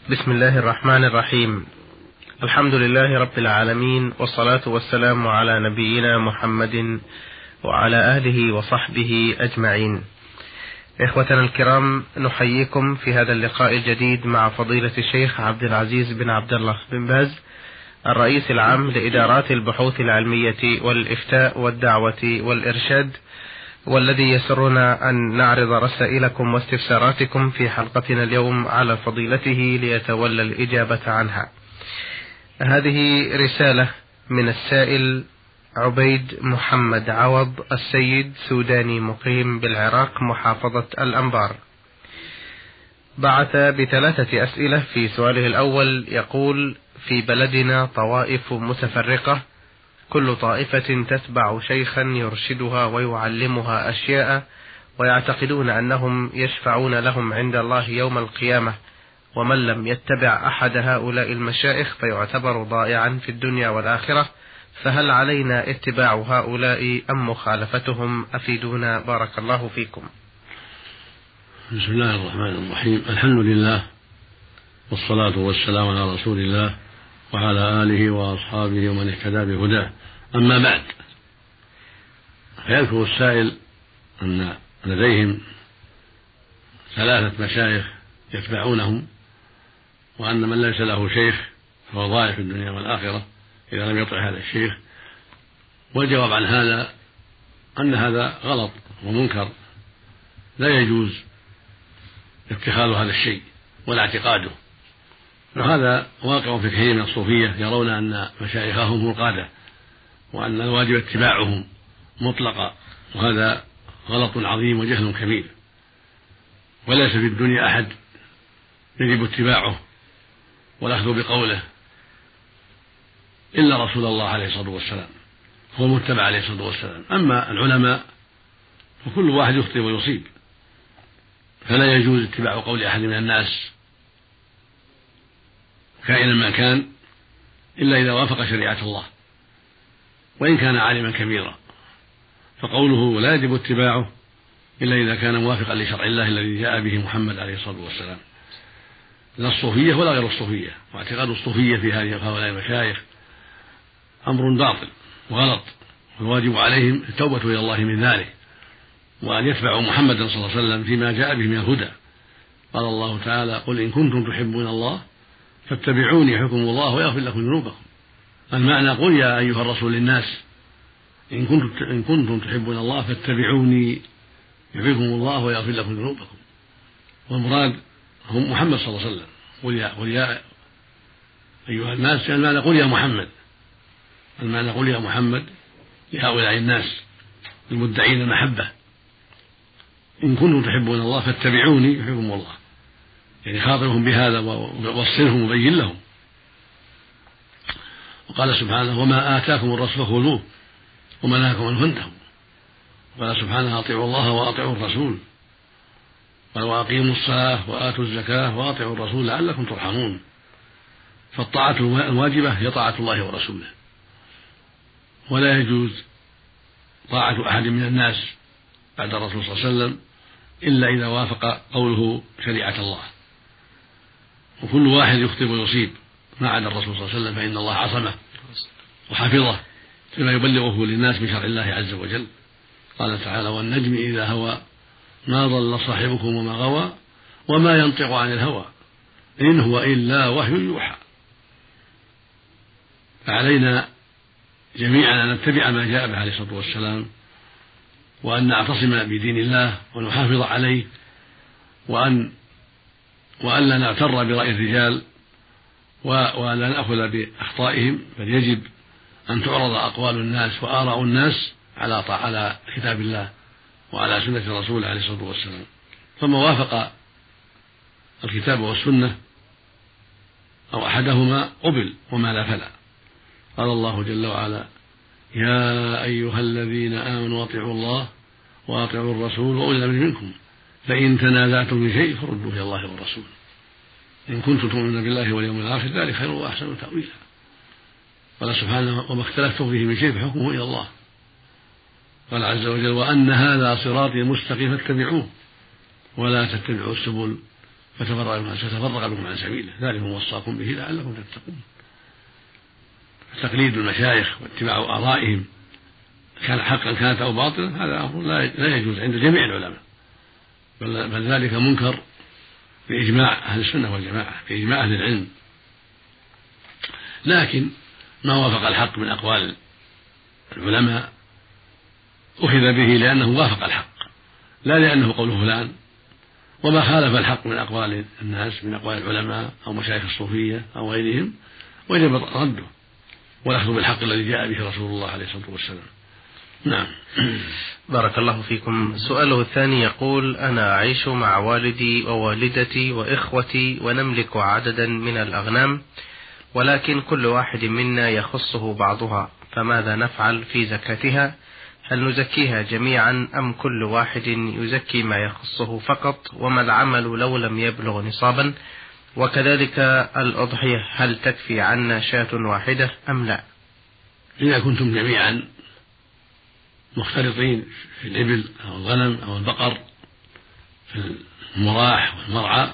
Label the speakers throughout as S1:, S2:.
S1: بسم الله الرحمن الرحيم. الحمد لله رب العالمين، والصلاة والسلام على نبينا محمد وعلى آله وصحبه أجمعين. إخوتنا الكرام، نحييكم في هذا اللقاء الجديد مع فضيلة الشيخ عبد العزيز بن عبد الله بن باز، الرئيس العام لإدارات البحوث العلمية والإفتاء والدعوة والإرشاد، والذي يسرنا أن نعرض رسائلكم واستفساراتكم في حلقتنا اليوم على فضيلته ليتولى الإجابة عنها. هذه رسالة من السائل عبيد محمد عوض السيد، سوداني مقيم بالعراق محافظة الأنبار. بعث ب3 أسئلة. في سؤاله الأول يقول: في بلدنا طوائف متفرقة، كل طائفة تتبع شيخا يرشدها ويعلمها أشياء، ويعتقدون أنهم يشفعون لهم عند الله يوم القيامة، ومن لم يتبع أحد هؤلاء المشايخ فيعتبر ضائعا في الدنيا والآخرة، فهل علينا اتباع هؤلاء أم مخالفتهم؟ أفيدونا بارك الله فيكم.
S2: بسم الله الرحمن الرحيم. الحمد لله، والصلاة والسلام على رسول الله وعلى آله وأصحابه ومن اهتدى بهداه. أما بعد، فيذكر السائل أن لديهم 3 مشايخ يتبعونهم، وأن من ليس له شيخ فهو ضائع في الدنيا والآخرة إذا لم يطع هذا الشيخ. والجواب عن هذا أن هذا غلط ومنكر، لا يجوز اتخاذ هذا الشيء ولا اعتقاده. وهذا واقع في كثير من الصوفية، يرون أن مشايخهم هم القادة وأن الواجب اتباعهم مطلقا، وهذا غلط عظيم وجهل كبير. وليس في الدنيا أحد يجب اتباعه والأخذ بقوله إلا رسول الله عليه الصلاة والسلام، هو متبع عليه الصلاة والسلام. أما العلماء فكل واحد يخطئ ويصيب، فلا يجوز اتباع قول أحد من الناس كائنا ما كان إلا إذا وافق شريعة الله، وإن كان عالما كبيرا، فقوله لا يجب اتباعه إلا إذا كان موافقا لشرع الله الذي جاء به محمد عليه الصلاة والسلام، لا الصوفية ولا غير الصوفية. واعتقاد الصوفية في هؤلاء المشايخ أمر باطل وغلط، والواجب عليهم التوبة إلى الله من ذلك، وأن يتبعوا محمدا صلى الله عليه وسلم فيما جاء به من الهدى. قال الله تعالى: قل إن كنتم تحبون الله فاتبعوني يحبكم الله ويغفر لكم ذنوبكم. المعنى: قل يا أيها الرسول للناس إن كنتم تحبون الله فاتبعوني يحبكم الله ويغفر لكم ذنوبكم. والمراد هم محمد صلى الله عليه وسلم. قل يا أيها الناس، المعنى قل يا محمد، المعنى قل يا محمد لهؤلاء الناس المدعين المحبة: إن كنتم تحبون الله فاتبعوني يحبكم الله، يعني خاطرهم بهذا ووصلهم وبين لهم. وقال سبحانه: وما آتاكم الرسول فخذوه وما نهاكم عنه فانتهوا. وقال سبحانه: أطيعوا الله وأطيعوا الرسول. قال: وأقيموا الصلاة وآتوا الزكاة وأطيعوا الرسول لعلكم ترحمون. فالطاعة الواجبة هي طاعة الله ورسوله، ولا يجوز طاعة أحد من الناس بعد الرسول صلى الله عليه وسلم إلا إذا وافق قوله شريعة الله. وكل واحد يخطئ ويصيب ما عدا الرسول صلى الله عليه وسلم، فإن الله عصمه وحفظه بما يبلغه للناس من شرع الله عز وجل. قال تعالى: والنجم إذا هوى ما ضل صاحبكم وما غوى وما ينطق عن الهوى إن هو إلا وحي يوحى. فعلينا جميعا أن نتبع ما جاء به عليه الصلاة والسلام، وأن نعتصم بدين الله ونحافظ عليه، وأن لا نغتر برأي الرجال ولا نأخذ بأخطائهم، بل يجب أن تعرض أقوال الناس وآراء الناس على كتاب الله وعلى سنة الرسول عليه الصلاة والسلام. فما وافق الكتاب والسنة أو أحدهما قبل، وما لا فلا. قال الله جل وعلا: يا أيها الذين آمنوا أطيعوا الله وأطيعوا الرسول وأولي الأمر منكم فإن تنازعتم في شيء فردوه إلى الله والرسول إن كنتم تؤمنون بالله واليوم الآخر ذلك خير وأحسن تأويلا. قال سبحانه: وما اختلفتم فيه من شيء فحكمه إلى الله. قال عز وجل: وأن هذا صراطي مستقيم فاتبعوه ولا تتبعوا السبل فتفرق بكم عن سبيله، ذلكم وصاكم به لعلكم تتقون. تقليد المشايخ واتباع آرائهم كان حقا كانت أو باطلا هذا أمر لا يجوز عند جميع العلماء، بل ذلك منكر بإجماع أهل السنة والجماعة، بإجماع أهل العلم. لكن ما وافق الحق من أقوال العلماء أخذ به لأنه وافق الحق لا لأنه قول فلان، وما خالف الحق من أقوال الناس من أقوال العلماء أو مشايخ الصوفية أو غيرهم وجب رده والأخذ بالحق الذي جاء به رسول الله عليه الصلاة والسلام. نعم.
S1: بارك الله فيكم. سؤاله الثاني يقول: أنا أعيش مع والدي ووالدتي وإخوتي ونملك عددا من الأغنام، ولكن كل واحد منا يخصه بعضها، فماذا نفعل في زكاتها؟ هل نزكيها جميعا أم كل واحد يزكي ما يخصه فقط؟ وما العمل لو لم يبلغ نصابا؟ وكذلك الأضحية هل تكفي عنا شاة واحدة أم لا؟
S2: إذا كنتم جميعا مختلطين في الإبل أو الغنم أو البقر في المراح والمرعى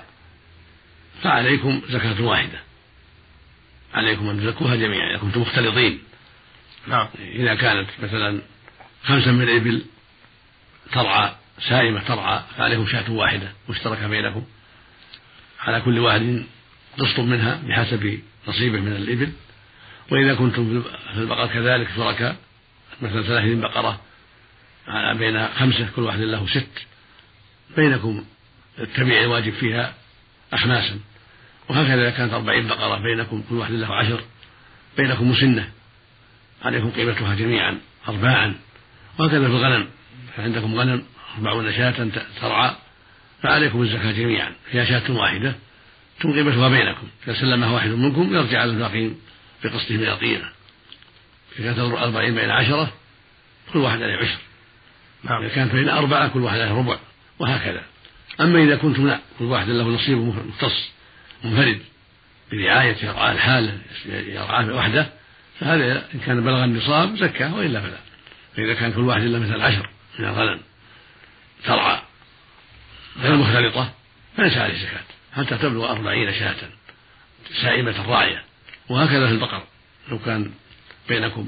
S2: فعليكم زكاة واحدة، عليكم أن تزكوها جميعا إذا كنتم مختلطين.
S1: نعم.
S2: إذا كانت مثلا 5 من الإبل ترعى سائمة ترعى فعليكم شاة واحدة مشتركة بينكم، على كل واحد قسط منها بحسب نصيبه من الإبل. وإذا كنتم في البقر كذلك شركاء، مثلا 30 بقرة بين 5 كل واحد له 6، بينكم التبيع الواجب فيها أخماسا. وهكذا إذا كانت 40 بقرة بينكم كل واحد له 10، بينكم مسنة عليكم قيمتها جميعا أرباعا. وهكذا في الغنم، فعندكم غنم 40 شاة ترعى فعليكم الزكاة جميعا، فيها شاة واحدة ثم قيمتها بينكم، إذا سلمها واحد منكم يرجع على الباقين بقسطه من الطينة. إذا كانت 40 بين 10 كل واحد عليه 10. إذا كانت بين 4 كل واحد عليه ربع، وهكذا. أما إذا كنتم لا كل واحد له نصيب مختص منفرد برعاية يرعاه الحالة يرعاه وحده، فهذا إن كان بلغ النصاب زكاه وإلا فلا. فإذا كان كل واحد له مثل 10 من الغنم ترعى غير مختلطة فليس عليه زكاة حتى تبلغ 40 شاة سائمة راعية. وهكذا في البقر، لو كان بينكم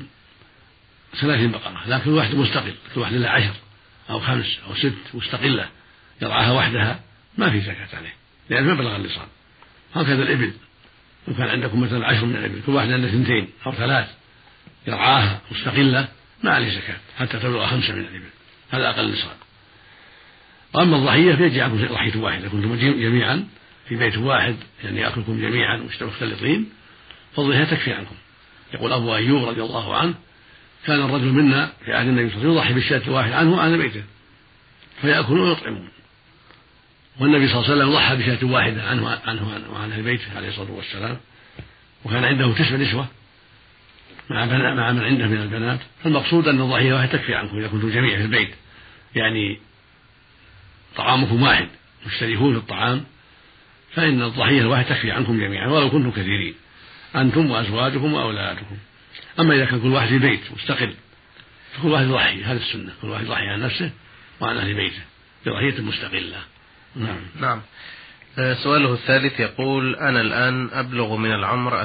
S2: 30 بقرة لكن كل واحد مستقل، كل واحد له 10 أو 5 أو 6 مستقلة يرعاها وحدها ما في زكاة عليه لأن ما بلغ النصاب. هكذا الإبل، لو كان عندكم مثلا 10 من الإبل كل واحد عنده 2 أو 3 يرعاها مستقلة ما عليه زكاة حتى تبلغ 5 من الإبل، هذا أقل النصاب. وأما الضحية فيجي عنكم ضحية واحدة، كنتم جميعا في بيت واحد يعني يأكلكم جميعا مختلطين فالضحية تكفي عنكم. يقول أبو أيوب رضي الله عنه: كان الرجل منا في عهد النبي صلى الله عليه وسلم يضحي بالشاة الواحد عنه وعن بيته فيأكلون ويطعمون، والنبي صلى الله عليه وسلم ضحى بشاة واحدة عنه وعن أهل بيته عليه الصلاة والسلام، وكان عنده 9 نسوة مع من عنده من البنات. فالمقصود أن الضحية واحدة تكفي عنكم إذا كنتم جميعا في البيت، يعني طعامكم واحد مشتركون في الطعام، فإن الضحية الواحدة تكفي عنكم جميعا ولو كنتم كثيرين أنتم وأزواجكم وأولادكم. أما إذا كان كل واحد في بيت مستقل فكل واحد يضحي، هذا السنة، كل واحد يضحي عن نفسه وعن أهل بيته بضحية مستقلة.
S1: نعم. سؤاله الثالث يقول: أنا الآن أبلغ من العمر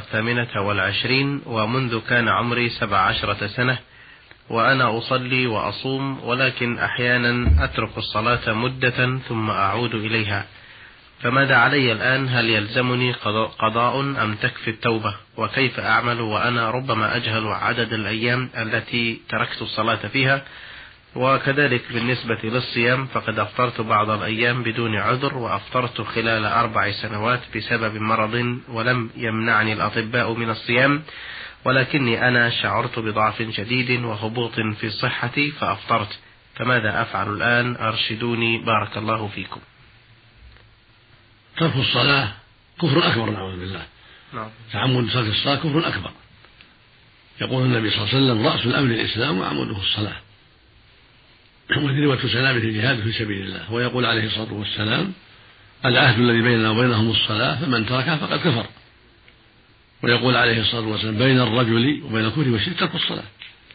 S1: 28 ومنذ كان عمري 17 سنة وأنا أصلي وأصوم، ولكن أحيانا أترك الصلاة مدة ثم أعود إليها، فماذا علي الآن؟ هل يلزمني قضاء أم تكفي التوبة؟ وكيف أعمل وأنا ربما أجهل عدد الأيام التي تركت الصلاة فيها؟ وكذلك بالنسبة للصيام فقد أفطرت بعض الأيام بدون عذر، وأفطرت خلال 4 سنوات بسبب مرض ولم يمنعني الأطباء من الصيام، ولكني أنا شعرت بضعف شديد وهبوط في صحتي فأفطرت، فماذا أفعل الآن؟ أرشدوني بارك الله فيكم.
S2: ترك الصلاة كفر أكبر نعوذ بالله. تعمد ترك الصلاة كفر أكبر. يقول النبي صلى الله عليه وسلم: رأس الأمر الإسلام وعموده الصلاة، وذروة سنامه الجهاد في سبيل الله. ويقول عليه الصلاة والسلام: العهد الذي بيننا وبينهم الصلاة فمن تركها فقد كفر. ويقول عليه الصلاة والسلام: بين الرجل وبين الكفر والشرك ترك الصلاة.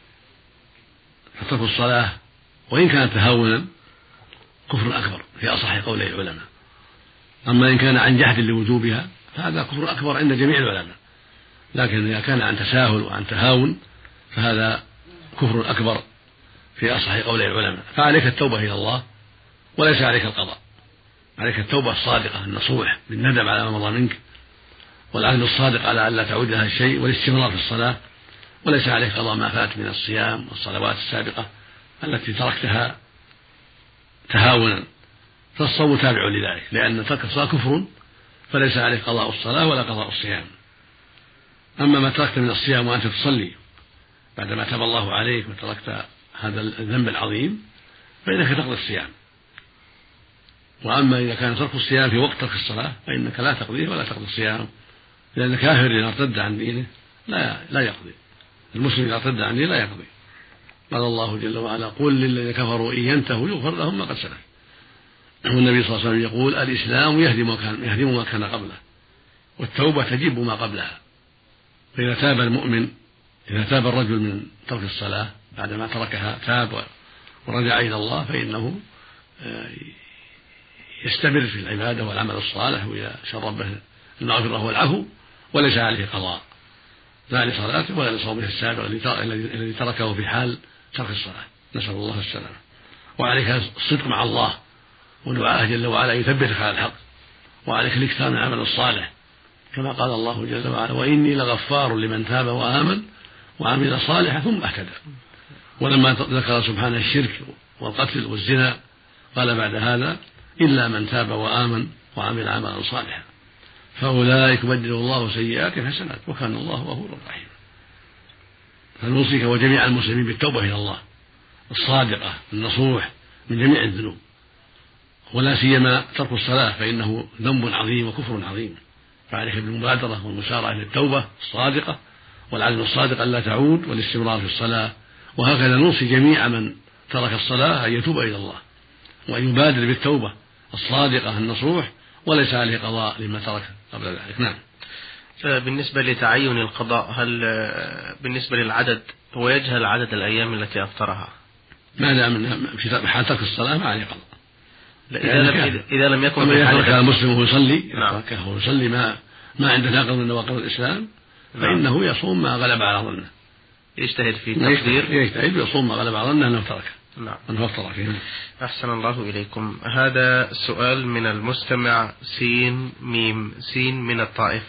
S2: فترك الصلاة وإن كانت تهاونا كفر أكبر في أصح قولي العلماء، أما إن كان عن جحد لوجوبها فهذا كفر أكبر عند جميع العلماء، لكن إذا كان عن تساهل وعن تهاون فهذا كفر أكبر في أصح قول العلماء. فعليك التوبة إلى الله وليس عليك القضاء، عليك التوبة الصادقة النصوح بالندم على ما مضى منك، والعزم الصادق على ألا تعود لها الشيء، والاستمرار في الصلاة، وليس عليك قضاء ما فات من الصيام والصلوات السابقة التي تركتها تهاونا، فالصوم تابع لذلك، لأن ترك الصلاة كفر، فليس عليك قضاء الصلاة ولا قضاء الصيام. أما ما تركت من الصيام وأنت تصلي بعدما تاب الله عليك وتركت هذا الذنب العظيم فإنك تقضي الصيام. وأما إذا كان ترك الصيام في وقت ترك الصلاة فإنك لا تقضيه ولا تقضي الصيام، لأن الكافر إذا ارتد عن دينه لا يقضي، المسلم إذا ارتد عن دينه لا يقضي. قال الله جل وعلا: قل للذين كفروا إن ينتهوا يغفر لهم ما قد سلف. والنبي صلى الله عليه وسلم يقول: الإسلام يهدم ما كان قبله، والتوبة تجب ما قبلها. فإذا تاب الرجل من ترك الصلاة بعدما تركها، تاب ورجع إلى الله، فإنه يستمر في العبادة والعمل الصالح ويسأل ربه المغفرة والعفو، وليس عليه قضاء لا لصلاته ولا لصومه السابق الذي تركه في حال ترك الصلاة، نسأل الله السلامة. وعليك الصدق مع الله ودعاءه جل وعلا يثبتك على الحق، وعليك الاكثار من العمل الصالح كما قال الله جل وعلا: وإني لغفار لمن تاب وآمن وعمل صالحا ثم اهتدى. ولما ذكر سبحانه الشرك والقتل والزنا قال بعد هذا: إلا من تاب وآمن وعمل عملا صالحا فأولئك يبدل الله سيئاتهم حسنات وكان الله غفورا رحيما. فنوصيك وجميع المسلمين بالتوبة إلى الله الصادقة النصوح من جميع الذنوب، ولا سيما ترك الصلاة فإنه ذنب عظيم وكفر عظيم، فعليك بالمبادرة والمسارعة إلى التوبة الصادقة والعزم الصادق ألا تعود والاستمرار في الصلاة. وهكذا نوصي جميع من ترك الصلاة أن يتوب إلى الله وأن يبادر بالتوبة الصادقة النصوح، وليس عليه قضاء لما ترك قبل ذلك. نعم.
S1: بالنسبة لتعين القضاء، هل بالنسبة للعدد هو يجهل عدد الأيام التي أفطرها؟
S2: ما دام في حال ترك الصلاة ما عليه قضاء.
S1: إذا لم يكن في
S2: حال كان المسلم وهو يصلي،
S1: نعم.
S2: وهو يصلي ما عنده ناقض من نواقض الإسلام، فإنه يصوم ما غلب على ظنه،
S1: يجتهد في التقدير،
S2: يجتهد ويصوم ما غلب على ظنه أنه تركه.
S1: نعم.
S2: أنه أفطر فيه.
S1: أحسن الله إليكم. هذا سؤال من المستمع سين من الطائف،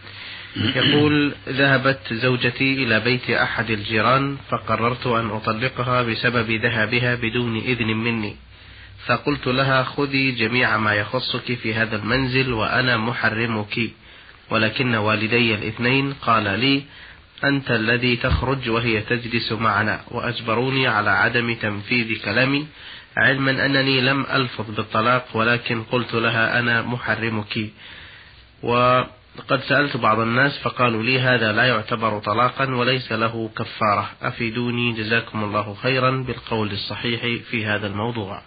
S1: يقول: ذهبت زوجتي إلى بيت أحد الجيران فقررت أن أطلقها بسبب ذهابها بدون إذن مني، فقلت لها: خذي جميع ما يخصك في هذا المنزل وأنا محرمك، ولكن والدي الاثنين قال لي: أنت الذي تخرج وهي تجلس معنا، وأجبروني على عدم تنفيذ كلامي، علما أنني لم ألفظ بالطلاق، ولكن قلت لها أنا محرمك. وقد سألت بعض الناس فقالوا لي هذا لا يعتبر طلاقا وليس له كفارة، أفيدوني جزاكم الله خيرا بالقول الصحيح في هذا الموضوع.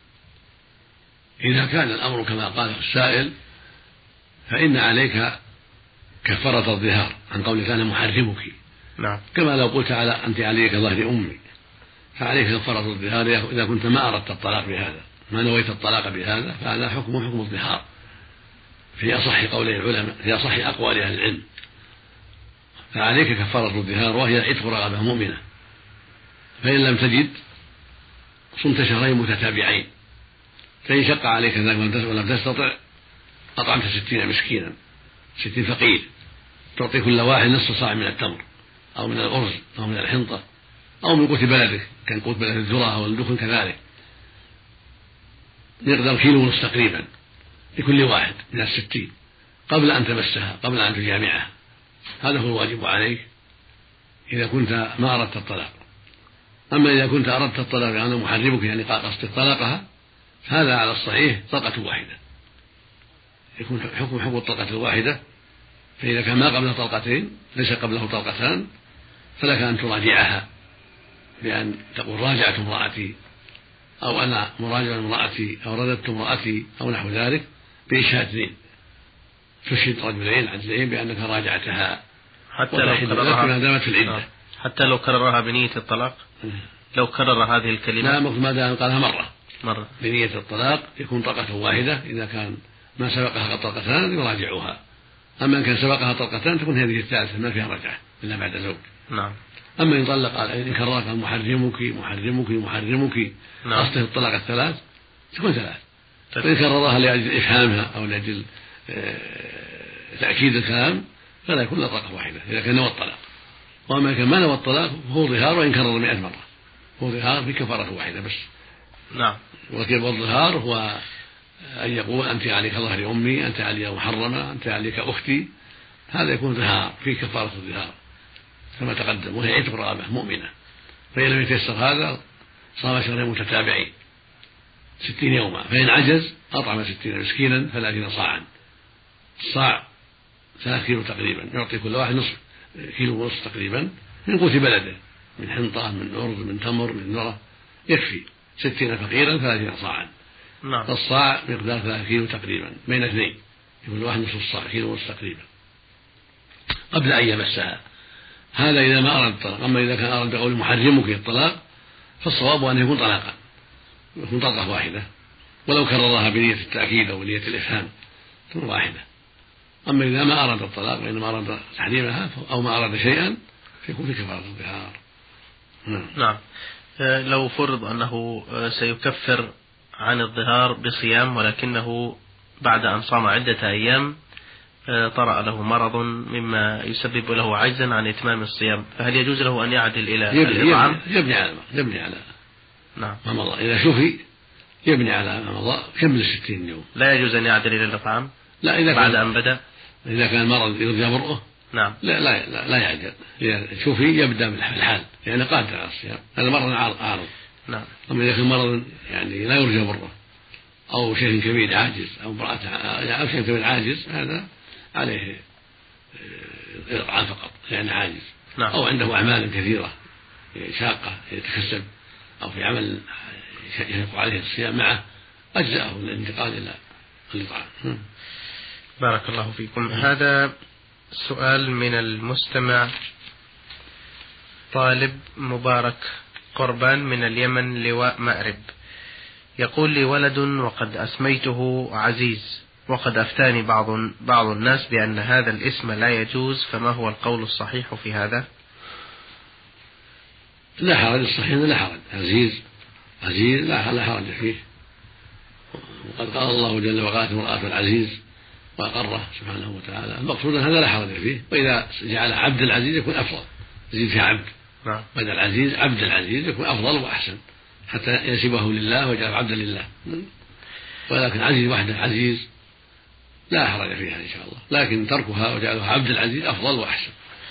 S2: إذا كان الأمر كما قال السائل فإن عليك كفارة الظهار عن قولك أنا محرمك.
S1: نعم.
S2: كما لو قلت أنت عليك ظهر أمي، فعليك كفارة الظهار إذا كنت ما أردت الطلاق بهذا، ما نويت الطلاق بهذا، فهذا حكم الظهار في أصح قولي العلماء، في أصح أقوال أهل العلم. فعليك كفارة الظهار وهي عتق رقبة مؤمنة، فإن لم تجد صمت شهرين متتابعين، فإن شق عليك ذلك ولم تستطع أطعمت 60 مسكينا، 60 فقير، تعطي كل واحد نصف صاع من التمر أو من الأرز أو من الحنطة أو من قوت بلدك، كان قوت بلد الذرة أو الدخن كذلك، مقدار كيلو ونصف تقريبا لكل واحد من 60 قبل أن تمسها، قبل أن تجامعها. هذا هو الواجب عليك إذا كنت ما أردت الطلاق. أما إذا كنت أردت الطلاق أنا محرمك، يعني قصدك طلاقها، هذا على الصحيح طلقة واحدة، يكون حكم الطلقة الواحدة. فإذا كان ما قبله طلقتين ليس قبله طلقتان، فلك أن تراجعها بأن تقول راجعت امرأتي، أو أنا مراجع امرأتي، أو رددت امرأتي، أو نحو ذلك، بإشهاد اثنين، تشهد رجلين عدلين بأنك راجعتها
S1: حتى لو كررها
S2: ما دامت في العدة،
S1: حتى لو كررها بنية الطلاق، لو كرر هذه الكلمة
S2: لا، ما دام قالها مرة
S1: مرة
S2: بنية الطلاق يكون طلقة واحدة إذا كان ما سبقها طلقتان يراجعوها. أما إن كان سبقها طلقتان تكون هذه الثالثة ما فيها رجعة إلا بعد زوج.
S1: نعم.
S2: أما إن طلق إن كررها قال محرمك محرمك محرمك قصده الطلاق الثلاث تكون ثلاث. وإن كررها لأجل إفهامها أو لأجل تأكيد الكلام فلا يكون إلا طلقة واحدة إذا كان نوى الطلاق. وأما كان ما نوى الطلاق فهو ظهار وإن كرر 100 مرة، هو ظهار في كفارة واحدة بس.
S1: نعم.
S2: والظهار هو أن يقول أنت عليك ظهر أمي، أنت علي محرمة، أنت عليك أختي، هذا يكون ظهار في كفارة الظهار كما تقدم، وهي عتق رقبة مؤمنة. فإن لم يتيسر هذا صام شهرين متتابعين 60 يوما، فإن عجز أطعم 60 مسكينا 30 صاعا. الصاع 3 كيلو تقريبا، يعطي كل واحد نصف كيلو ونصف تقريبا من قوت بلده، من حنطة من أرز من تمر من ذرة، يكفي 60 فقيرا 30 صاعا.
S1: نعم.
S2: الصاع مقدار 3 كيلو تقريبا بين اثنين، يكون واحد نصف الصاع كيلو ونصف تقريبا قبل أن يمسها. هذا إذا ما أراد الطلاق. أما إذا كان أراد بقول محرمك الطلاق فالصواب أن يكون طلاقا، يكون طلقة واحدة، ولو كررها بنية التأكيد أو بنية الإفهام تكون واحدة. أما إذا ما أراد الطلاق وإنما أراد تحريمها أو ما أراد شيئا فيكون في كفارة الظهار.
S1: نعم. لو فرض أنه سيكفر عن الظهار بصيام، ولكنه بعد أن صام عدة أيام طرأ له مرض مما يسبب له عجزا عن إتمام الصيام، فهل يجوز له أن يعدل إلى الإطعام؟
S2: يبني على
S1: نعم
S2: ما مضى. إذا شفي يبني على ما مضى كمل 60 يوم.
S1: لا يجوز أن يعدل إلى الإطعام؟
S2: لا، إذا
S1: بعد أن بدأ.
S2: إذا كان مرض يرجى برؤه
S1: نعم
S2: لا يعجل. إذا شفي يبدأ بالحال يعني قادر على الصيام، هذا مرض عارض.
S1: نعم.
S2: أما إذا كان مرض يعني لا يرجى برؤه أو شيء كبير عاجز أو امرأة أو شيء كبير عاجز هذا عليه إطعام فقط يعني عاجز.
S1: نعم. أو
S2: عنده أعمال كثيرة شاقة يتكسب أو في عمل يشق عليه الصيام معه أجزأه الانتقال إلى الإطعام.
S1: بارك الله فيكم. هذا سؤال من المستمع طالب مبارك قربان من اليمن لواء مأرب، يقول لي ولد وقد أسميته عزيز، وقد أفتاني بعض الناس بأن هذا الاسم لا يجوز، فما هو القول الصحيح في هذا؟
S2: لا حرج، الصحيح لا حرج، عزيز لا حرج فيه. وقد قال الله جل وعلا امرأة العزيز وأقره سبحانه وتعالى، المقصود هذا لا حرج فيه. وإذا جعل عبد العزيز يكون أفضل، يزيد فيها عبد بدل العزيز عبد العزيز يكون أفضل وأحسن حتى ينسبه لله ويجعل عبدا لله. ولكن عزيز وحده عزيز لا حرج فيها إن شاء الله، لكن تركها وجعلها عبد العزيز أفضل وأحسن.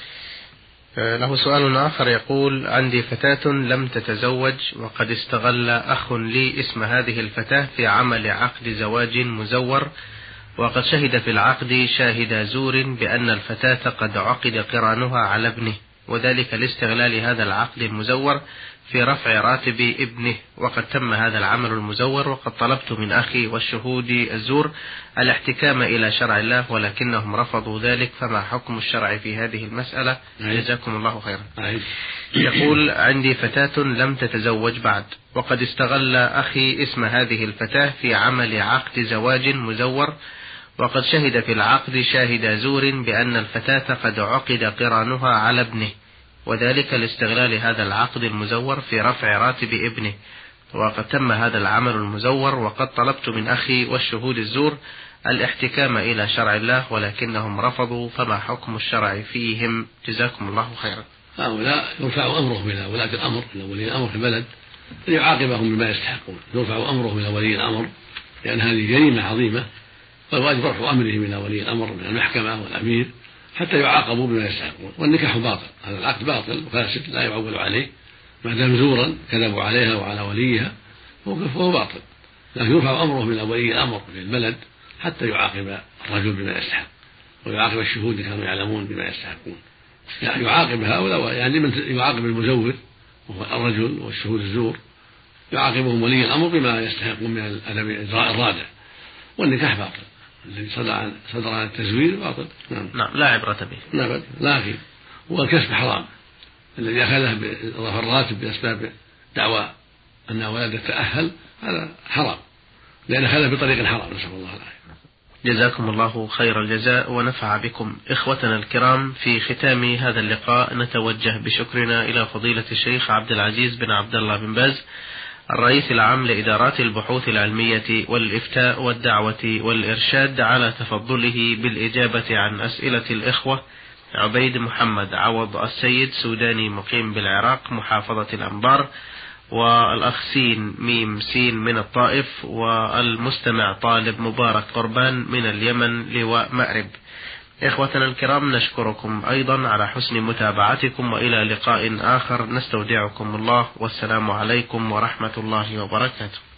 S1: له سؤال آخر يقول: عندي فتاة لم تتزوج، وقد استغل أخ لي اسم هذه الفتاة في عمل عقد زواج مزور، وقد شهد في العقد شاهد زور بأن الفتاة قد عقد قرانها على ابنه، وذلك لاستغلال هذا العقد المزور في رفع راتب ابنه، وقد تم هذا العمل المزور، وقد طلبت من أخي والشهود الزور الاحتكام إلى شرع الله ولكنهم رفضوا ذلك، فما حكم الشرع في هذه المسألة؟ جزاكم الله خيرا. يقول: عندي فتاة لم تتزوج بعد، وقد استغل أخي اسم هذه الفتاة في عمل عقد زواج مزور، وقد شهد في العقد شاهد زور بأن الفتاة قد عقد قرانها على ابنه، وذلك لاستغلال هذا العقد المزور في رفع راتب ابنه، وقد تم هذا العمل المزور، وقد طلبت من أخي والشهود الزور الاحتكام إلى شرع الله ولكنهم رفضوا، فما حكم الشرع فيهم؟ جزاكم الله خيرا.
S2: هؤلاء يرفع أمرهم إلى ولاة الأمر، إلى ولي الأمر في البلد ليعاقبهم بما يستحقون، يرفع أمرهم إلى ولي الأمر لأن هذه جريمة عظيمة، والواجب رفع أمرهم إلى ولي الأمر من المحكمة والأمير حتى يعاقبوا بما يستحقون. والنكاح باطل، هذا العقد باطل وفاسد لا يعول عليه ما دام زورا كذبوا عليها وعلى وليها فهو باطل، لكن يرفع أمرهم إلى ولي الأمر في البلد حتى يعاقب الرجل بما يستحق، ويعاقب الشهود كانوا يعلمون بما يستحقون. يعني يعاقب هؤلاء، يعني من يعاقب المزور وهو الرجل والشهود الزور يعاقبهم ولي الأمر بما يستحقون من الأدب الرادع. والنكاح باطل، الذي صدر عن التزوير باطل.
S1: نعم لا عبرة به.
S2: نعم لكن والكسب حرام، الذي أخذه بإضافة الراتب بأسباب دعوى أن ولده تأهل هذا حرام، لأن أخذه بطريق حرام، نسأل الله العافية.
S1: جزاكم الله خير الجزاء ونفع بكم. إخوتنا الكرام، في ختام هذا اللقاء نتوجه بشكرنا إلى فضيلة الشيخ عبد العزيز بن عبد الله بن باز، الرئيس العام لإدارات البحوث العلمية والإفتاء والدعوة والإرشاد، على تفضله بالإجابة عن أسئلة الإخوة عبيد محمد عوض السيد سوداني مقيم بالعراق محافظة الأنبار، والأخ سين ميم سين من الطائف، والمستمع طالب مبارك قربان من اليمن لواء مأرب. إخوتنا الكرام، نشكركم أيضا على حسن متابعتكم، وإلى لقاء آخر نستودعكم الله، والسلام عليكم ورحمة الله وبركاته.